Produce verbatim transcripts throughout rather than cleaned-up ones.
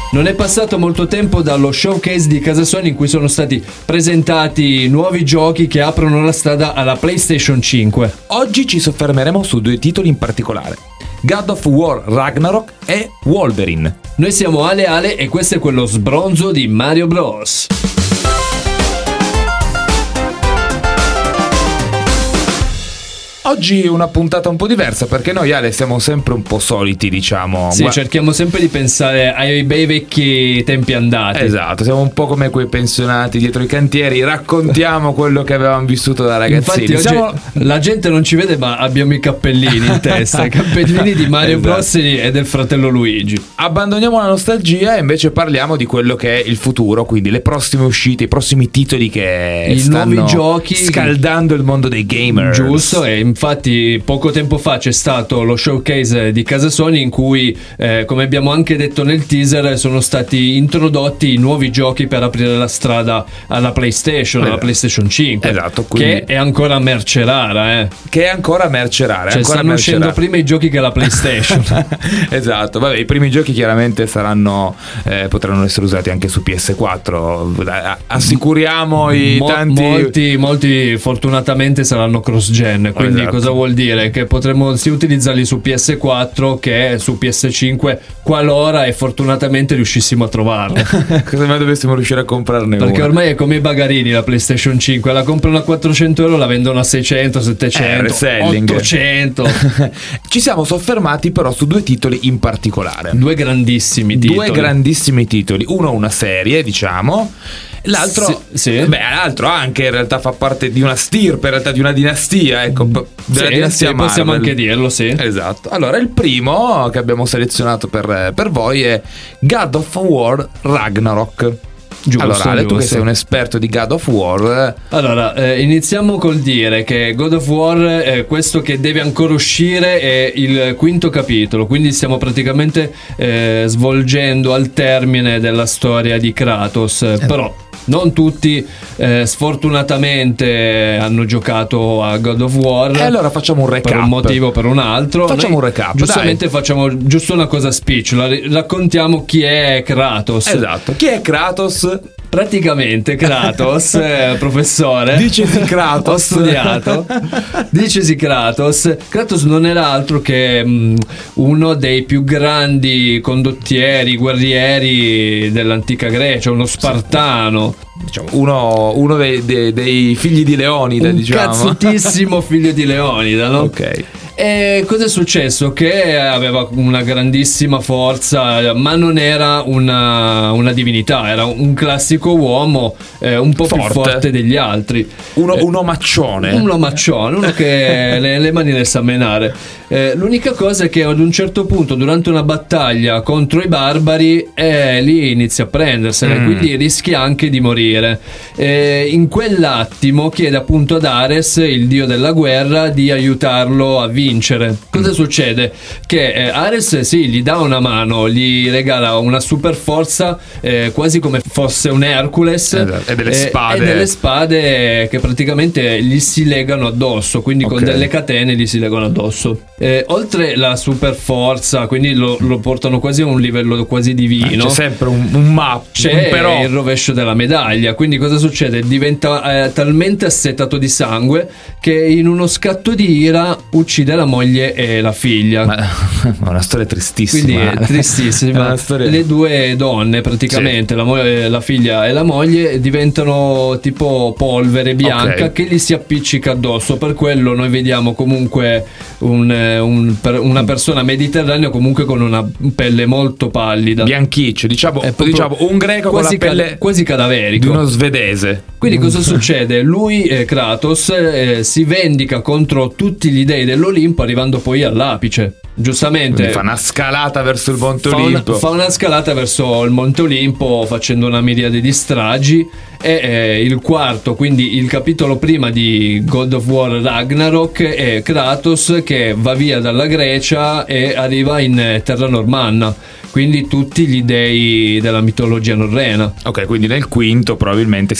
Non è passato molto tempo dallo showcase di casa Sony in cui sono stati presentati nuovi giochi che aprono la strada alla PlayStation cinque. Oggi ci soffermeremo su due titoli in particolare: God of War Ragnarok e Wolverine. Noi siamo Ale Ale e questo è quello sbronzo di Mario Bros. Oggi una puntata un po' diversa perché noi, Ale, siamo sempre un po' soliti, diciamo. Sì, Gua- cerchiamo sempre di pensare ai bei vecchi tempi andati. Esatto, siamo un po' come quei pensionati dietro i cantieri, raccontiamo quello che avevamo vissuto da ragazzini. Infatti oggi siamo... la gente non ci vede, ma abbiamo i cappellini in testa, i cappellini di Mario Esatto. Bros e del fratello Luigi. Abbandoniamo la nostalgia e invece parliamo di quello che è il futuro, quindi le prossime uscite, i prossimi titoli che I stanno nuovi giochi scaldando il mondo dei gamer. Giusto, e infatti poco tempo fa c'è stato lo showcase di casa Sony in cui, eh, come abbiamo anche detto nel teaser, sono stati introdotti i nuovi giochi per aprire la strada alla PlayStation, alla Esatto. PlayStation cinque. Esatto, quindi... che è ancora merce rara, eh. Che è ancora merce rara. Cioè ancora stanno merce uscendo rara. prima i giochi che la PlayStation. Esatto, vabbè, i primi giochi chiaramente saranno eh, potranno essere usati anche su P S quattro. Assicuriamo i Mo- tanti molti, molti fortunatamente saranno cross gen, quindi Esatto. cosa vuol dire? Che potremo sia utilizzarli su P S quattro che su P S cinque qualora e fortunatamente riuscissimo a trovarli. Cosa mai dovessimo riuscire a comprarne Perché una? ormai è come i bagarini la PlayStation cinque, la comprano a quattrocento euro, la vendono a seicento, settecento, Eh, reselling. ottocento. Ci siamo soffermati però su due titoli in particolare. Due grandissimi titoli. Due grandissimi titoli, uno una serie, diciamo, l'altro Sì, sì. beh, l'altro anche in realtà fa parte di una stirpe, in realtà di una dinastia, ecco, p- della Sì, dinastia sì, possiamo Marvel. anche dirlo, sì. Esatto. Allora, il primo che abbiamo selezionato per, per voi è God of War Ragnarok. Giusto, allora, Ale, tu che giusto. sei un esperto di God of War, Allora, eh, iniziamo col dire che God of War, eh, questo che deve ancora uscire, è il quinto capitolo, quindi stiamo praticamente eh, svolgendo al termine della storia di Kratos, eh, però non tutti eh, sfortunatamente hanno giocato a God of War. e allora facciamo un recap. Per un motivo o per un altro. Facciamo Noi un recap, Giustamente dai. facciamo giusto una cosa spicciola. Raccontiamo chi è Kratos. Esatto. Chi è Kratos? Praticamente Kratos, eh, professore, Dicesi Kratos. ho studiato. Dicesi Kratos. Kratos non era altro che mh, uno dei più grandi condottieri, guerrieri dell'antica Grecia, uno spartano. Diciamo, uno, uno dei, dei- dei figli di Leonida, Un diciamo. cazzutissimo figlio di Leonida, no? Ok. E cosa è successo? Che aveva una grandissima forza, ma non era una, una divinità, era un classico uomo eh, un po' più Forte. forte degli altri. Uno, Eh, un omaccione. Un omaccione, uno che le, le mani le sa menare. Eh, l'unica cosa è che ad un certo punto, durante una battaglia contro i barbari, eh, lì inizia a prendersene, Mm. quindi rischia anche di morire. Eh, in quell'attimo chiede appunto ad Ares, il dio della guerra, di aiutarlo a vincere. Cosa succede? Che eh, Ares sì, gli dà una mano, gli regala una super forza, eh, quasi come fosse un Hercules, Esatto, e delle eh, spade. e delle spade che praticamente gli si legano addosso, quindi con Ok. delle catene gli si legano addosso. Eh, oltre la super forza, quindi lo, lo portano quasi a un livello quasi divino. C'è sempre un, un map, C'è un però. il rovescio della medaglia, quindi cosa succede? Diventa eh, talmente assetato di sangue che in uno scatto di ira uccide la moglie e la figlia. Ma ma una storia tristissima. Quindi è tristissima. È una storia- Le due donne, praticamente, la, mo- la figlia e la moglie, diventano tipo polvere bianca Ok. che gli si appiccica addosso. Per quello noi vediamo comunque un, eh, un- per- una persona mediterranea, comunque con una pelle molto pallida. Bianchiccio, diciamo, È proprio diciamo un greco con la quasi, pelle cad- quasi cadaverico. di uno svedese. Quindi cosa succede? Lui, eh, Kratos, eh, si vendica contro tutti gli dei dell'Olimpo, arrivando poi all'apice. Giustamente Quindi fa una scalata verso il Monte fa una, Olimpo. fa una scalata verso il Monte Olimpo facendo una miriade di stragi. E eh, il quarto, quindi il capitolo prima di God of War Ragnarok, è Kratos che va via dalla Grecia e arriva in eh, terra normanna, quindi tutti gli dei della mitologia norrena. Ok, quindi nel quinto probabilmente si andrà a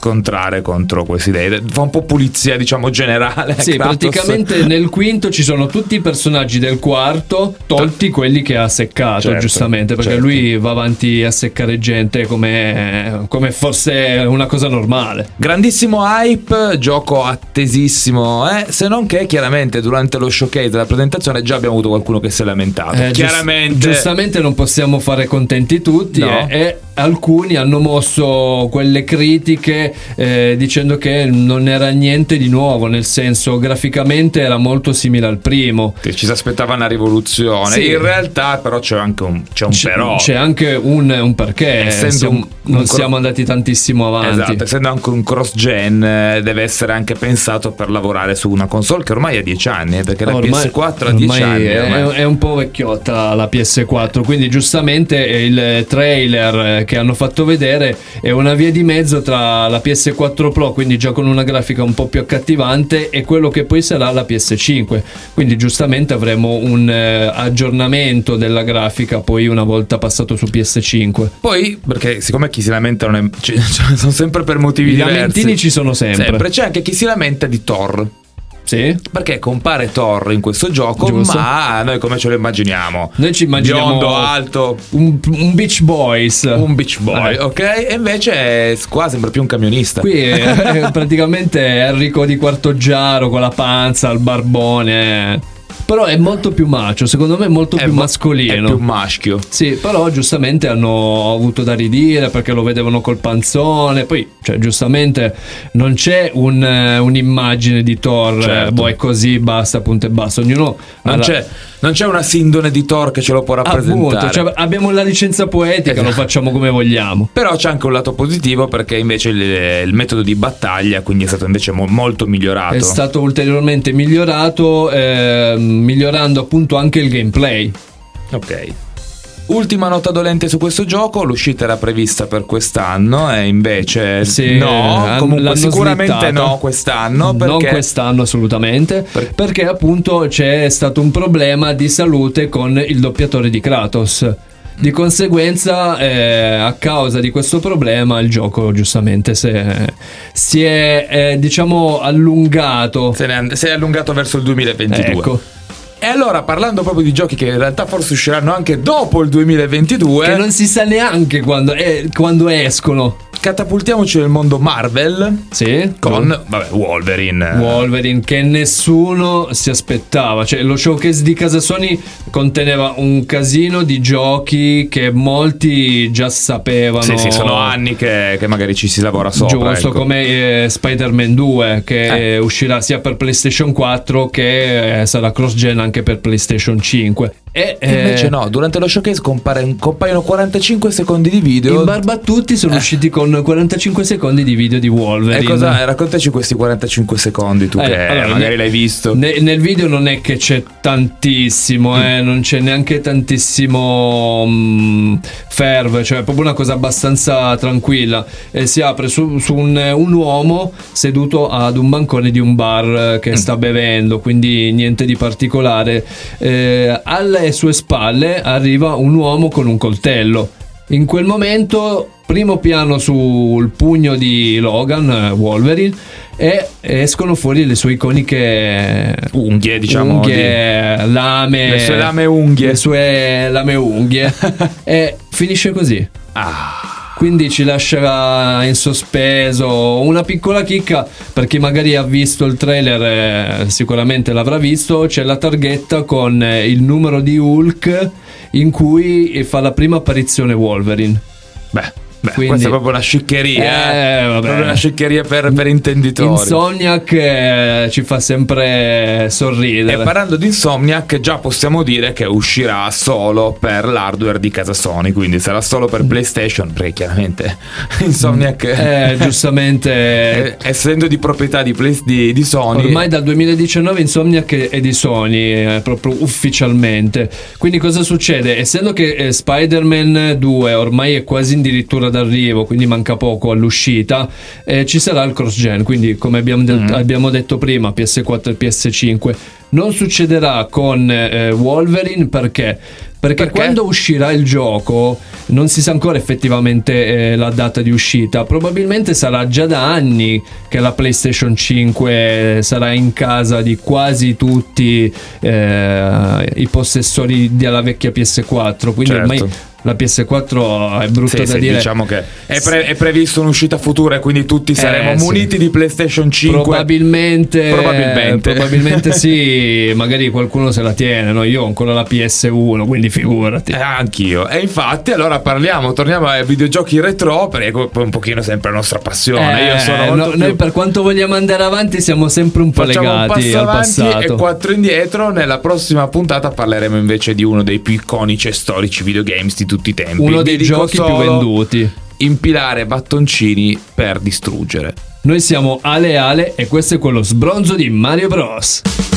scontrare contro questi dei. Fa un po' pulizia, diciamo, generale. Sì, Kratos. praticamente nel quinto ci sono tutti i personaggi del quarto, tolti quelli che ha seccato, certo, giustamente, perché certo. lui va avanti a seccare gente come, come fosse una cosa normale. Grandissimo hype, gioco attesissimo, eh? Se non che chiaramente durante lo showcase della presentazione già abbiamo avuto qualcuno che si è lamentato. Eh, chiaramente giust- giustamente non possiamo fare contenti tutti, no. eh, e alcuni hanno mosso quelle critiche eh, dicendo che non era niente di nuovo, nel senso graficamente era molto simile al primo, che ci si aspettava una rivoluzione. Sì. In realtà però c'è anche un, c'è un C- però c'è anche un, un perché Essendo siamo, un- non un cro- siamo andati tantissimo avanti. Esatto, essendo anche un cross gen eh, deve essere anche pensato per lavorare su una console che ormai ha dieci anni, eh, perché la Ormai- P S quattro ha dieci ormai anni è, ormai. è un po' vecchiotta la P S quattro, quindi giustamente il trailer che hanno fatto vedere è una via di mezzo tra la P S quattro Pro, quindi già con una grafica un po' più accattivante, e quello che poi sarà la P S cinque, quindi giustamente avremo un eh, aggiornamento della grafica poi una volta passato su P S cinque. Poi, perché siccome chi si lamenta non è, cioè, sono sempre per motivi I diversi, lamentini ci sono sempre. sempre c'è anche chi si lamenta di Thor. Sì. Perché compare Thor in questo gioco, Giusto. ma noi come ce lo immaginiamo? Noi ci immaginiamo biondo, alto, un, un Beach Boys, un beach boy, Eh. ok? E invece qua sembra più un camionista. Qui è, è praticamente Enrico di Quartoggiaro con la panza, il barbone. Però è molto più macio, secondo me è molto È più mo- mascolino. È più maschio. Sì, però giustamente hanno avuto da ridire perché lo vedevano col panzone. Poi, cioè, giustamente non c'è un, eh, un'immagine di Thor, Certo. eh, boh, è così, basta, punto e basta. Ognuno Non, ha la- c'è, non c'è una sindone di Thor che ce lo può rappresentare. Appunto, cioè, abbiamo la licenza poetica, Esatto. lo facciamo come vogliamo. Però c'è anche un lato positivo, perché invece il, il metodo di battaglia quindi è stato invece mo- molto migliorato. È stato ulteriormente migliorato, eh, migliorando appunto anche il gameplay. Ok. Ultima nota dolente su questo gioco: l'uscita era prevista per quest'anno e invece Sì, no, han- comunque l'hanno sicuramente slittata. no quest'anno, perché Non quest'anno assolutamente, Per- perché appunto c'è stato un problema di salute con il doppiatore di Kratos. Di conseguenza, eh, a causa di questo problema, il gioco giustamente si è, si è eh, diciamo allungato. se ne è, and- si è allungato verso il duemilaventidue. Ecco, E allora, parlando proprio di giochi che in realtà forse usciranno anche dopo il duemilaventidue, che non si sa neanche quando, eh, quando escono. catapultiamoci nel mondo Marvel Sì, con vabbè, Wolverine. Wolverine, che nessuno si aspettava. Cioè, lo showcase di casa Sony conteneva un casino di giochi che molti già sapevano. Sì, sì, sono anni che, che magari ci si lavora sopra. Giusto, ecco. come eh, Spider-Man due, che Eh. uscirà sia per PlayStation quattro che eh, sarà cross-gen anche per PlayStation cinque. E, E invece eh, no, durante lo showcase compare- compaiono quarantacinque secondi di video. in barba a tutti sono Eh. usciti con quarantacinque secondi di video di Wolverine. E cosa, raccontaci questi quarantacinque secondi tu Eh, che allora, magari ne- l'hai visto. Ne- nel video non è che c'è tantissimo, Mm. eh, non c'è neanche tantissimo mm, ferve, cioè è proprio una cosa abbastanza tranquilla. E si apre su, su un, un uomo seduto ad un bancone di un bar eh, che Mm. sta bevendo, quindi niente di particolare. Eh, alle sue spalle arriva un uomo con un coltello. In quel momento, primo piano sul pugno di Logan, eh, Wolverine, e escono fuori le sue iconiche Unghie, diciamo. unghie, lame, Le sue lame unghie. le sue lame unghie e finisce così. di- Ah. Quindi ci lascerà in sospeso. Una piccola chicca per chi magari ha visto il trailer, eh, sicuramente l'avrà visto. C'è la targhetta con eh, il numero di Hulk in cui fa la prima apparizione Wolverine. Beh, beh Quindi- questa è proprio una sciccheria. Eh, vabbè. Proprio una sciccheria per, per intenditori. Insomniac eh, ci fa sempre sorridere. E parlando di Insomniac, già possiamo dire che uscirà solo per l'hardware di casa Sony, quindi sarà solo per PlayStation, perché chiaramente Insomniac, Eh, giustamente, eh, essendo di proprietà di, Play- di, di Sony, ormai dal duemiladiciannove Insomniac è di Sony, eh, proprio ufficialmente. Quindi cosa succede? Essendo che eh, Spider-Man due ormai è quasi addirittura d'arrivo, quindi manca poco all'uscita, eh, ci sarà il cross-gen, quindi come abbiamo, de- Mm. abbiamo detto prima, P S quattro e P S cinque. Non succederà con eh, Wolverine perché? Perché, Perché? quando uscirà il gioco non si sa ancora effettivamente eh, la data di uscita. Probabilmente sarà già da anni che la PlayStation cinque sarà in casa di quasi tutti eh, i possessori della vecchia P S quattro. Quindi Certo. ormai la P S quattro è brutto Sì, da sì, dire. diciamo che è, pre- è previsto un'uscita futura e quindi tutti saremo Eh, sì. muniti di PlayStation cinque. Probabilmente, Probabilmente. probabilmente sì, magari qualcuno se la tiene, no? Io ho ancora la P S uno, quindi figurati. Eh, anch'io. E infatti allora parliamo, torniamo ai videogiochi retro, perché poi un pochino sempre la nostra passione. Io sono Eh, molto no, più... Noi per quanto vogliamo andare avanti siamo sempre un po' Facciamo un legati passo al avanti passato. e quattro indietro. Nella prossima puntata parleremo invece di uno dei più iconici e storici videogames di tutti i tempi. Uno Vi dei dico giochi più solo venduti. impilare battoncini per distruggere. Noi siamo Ale Ale e questo è quello sbronzo di Mario Bros.